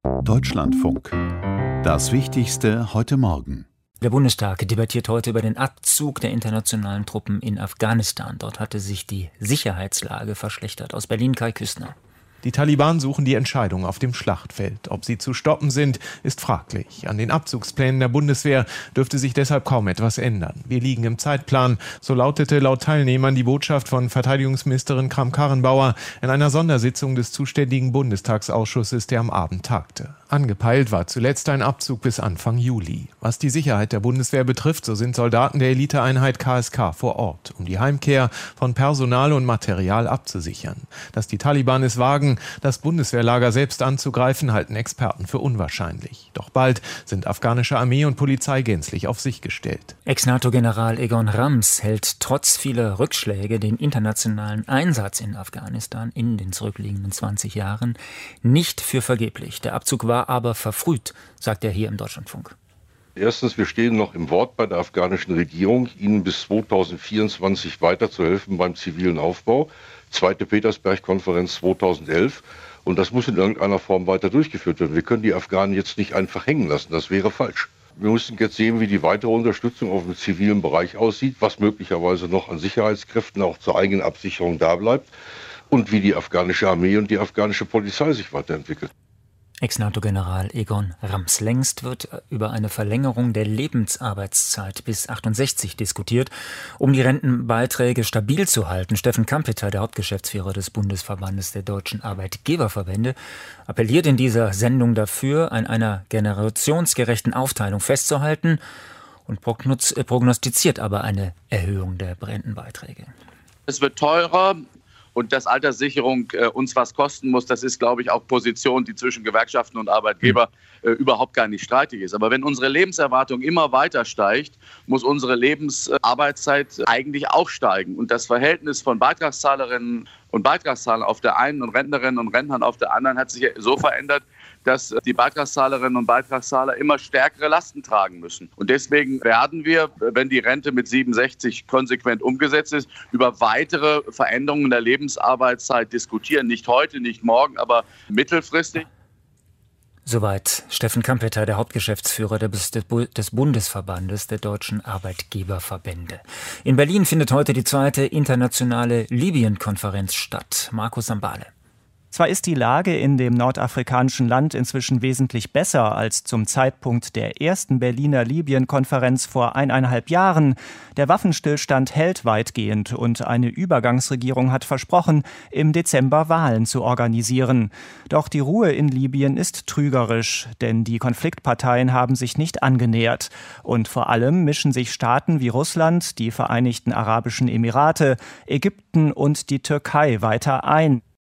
Deutschlandfunk. Das Wichtigste heute Morgen. Der Bundestag debattiert heute über den Abzug der internationalen Truppen in Afghanistan. Dort hatte sich die Sicherheitslage verschlechtert. Aus Berlin Kai Küstner. Die Taliban suchen die Entscheidung auf dem Schlachtfeld. Ob sie zu stoppen sind, ist fraglich. An den Abzugsplänen der Bundeswehr dürfte sich deshalb kaum etwas ändern. Wir liegen im Zeitplan, so lautete laut Teilnehmern die Botschaft von Verteidigungsministerin Kramp-Karrenbauer in einer Sondersitzung des zuständigen Bundestagsausschusses, der am Abend tagte. Angepeilt war zuletzt ein Abzug bis Anfang Juli. Was die Sicherheit der Bundeswehr betrifft, so sind Soldaten der Eliteeinheit KSK vor Ort, um die Heimkehr von Personal und Material abzusichern. Dass die Taliban es wagen, das Bundeswehrlager selbst anzugreifen, halten Experten für unwahrscheinlich. Doch bald sind afghanische Armee und Polizei gänzlich auf sich gestellt. Ex-NATO-General Egon Rams hält trotz vieler Rückschläge den internationalen Einsatz in Afghanistan in den zurückliegenden 20 Jahren nicht für vergeblich. Der Abzug war aber verfrüht, sagt er hier im Deutschlandfunk. Erstens, wir stehen noch im Wort bei der afghanischen Regierung, ihnen bis 2024 weiterzuhelfen beim zivilen Aufbau. Zweite Petersberg-Konferenz 2011. Und das muss in irgendeiner Form weiter durchgeführt werden. Wir können die Afghanen jetzt nicht einfach hängen lassen. Das wäre falsch. Wir müssen jetzt sehen, wie die weitere Unterstützung auf dem zivilen Bereich aussieht, was möglicherweise noch an Sicherheitskräften auch zur eigenen Absicherung da bleibt und wie die afghanische Armee und die afghanische Polizei sich weiterentwickelt. Ex-NATO-General Egon Rams. Längst wird über eine Verlängerung der Lebensarbeitszeit bis 68 diskutiert, um die Rentenbeiträge stabil zu halten. Steffen Kampeter, der Hauptgeschäftsführer des Bundesverbandes der deutschen Arbeitgeberverbände, appelliert in dieser Sendung dafür, an einer generationsgerechten Aufteilung festzuhalten und prognostiziert aber eine Erhöhung der Rentenbeiträge. Es wird teurer. Und dass Alterssicherung uns was kosten muss, das ist, glaube ich, auch Position, die zwischen Gewerkschaften und Arbeitgeber überhaupt gar nicht streitig ist. Aber wenn unsere Lebenserwartung immer weiter steigt, muss unsere Lebensarbeitszeit eigentlich auch steigen. Und das Verhältnis von Beitragszahlerinnen und Beitragszahlern auf der einen und Rentnerinnen und Rentnern auf der anderen hat sich so verändert, dass die Beitragszahlerinnen und Beitragszahler immer stärkere Lasten tragen müssen. Und deswegen werden wir, wenn die Rente mit 67 konsequent umgesetzt ist, über weitere Veränderungen der Lebensarbeitszeit diskutieren. Nicht heute, nicht morgen, aber mittelfristig. Soweit Steffen Kampeter, der Hauptgeschäftsführer des Bundesverbandes der deutschen Arbeitgeberverbände. In Berlin findet heute die zweite internationale Libyen-Konferenz statt. Markus Sambale. Zwar ist die Lage in dem nordafrikanischen Land inzwischen wesentlich besser als zum Zeitpunkt der ersten Berliner Libyen-Konferenz vor 1,5 Jahren. Der Waffenstillstand hält weitgehend und eine Übergangsregierung hat versprochen, im Dezember Wahlen zu organisieren. Doch die Ruhe in Libyen ist trügerisch, denn die Konfliktparteien haben sich nicht angenähert. Und vor allem mischen sich Staaten wie Russland, die Vereinigten Arabischen Emirate, Ägypten und die Türkei weiter ein.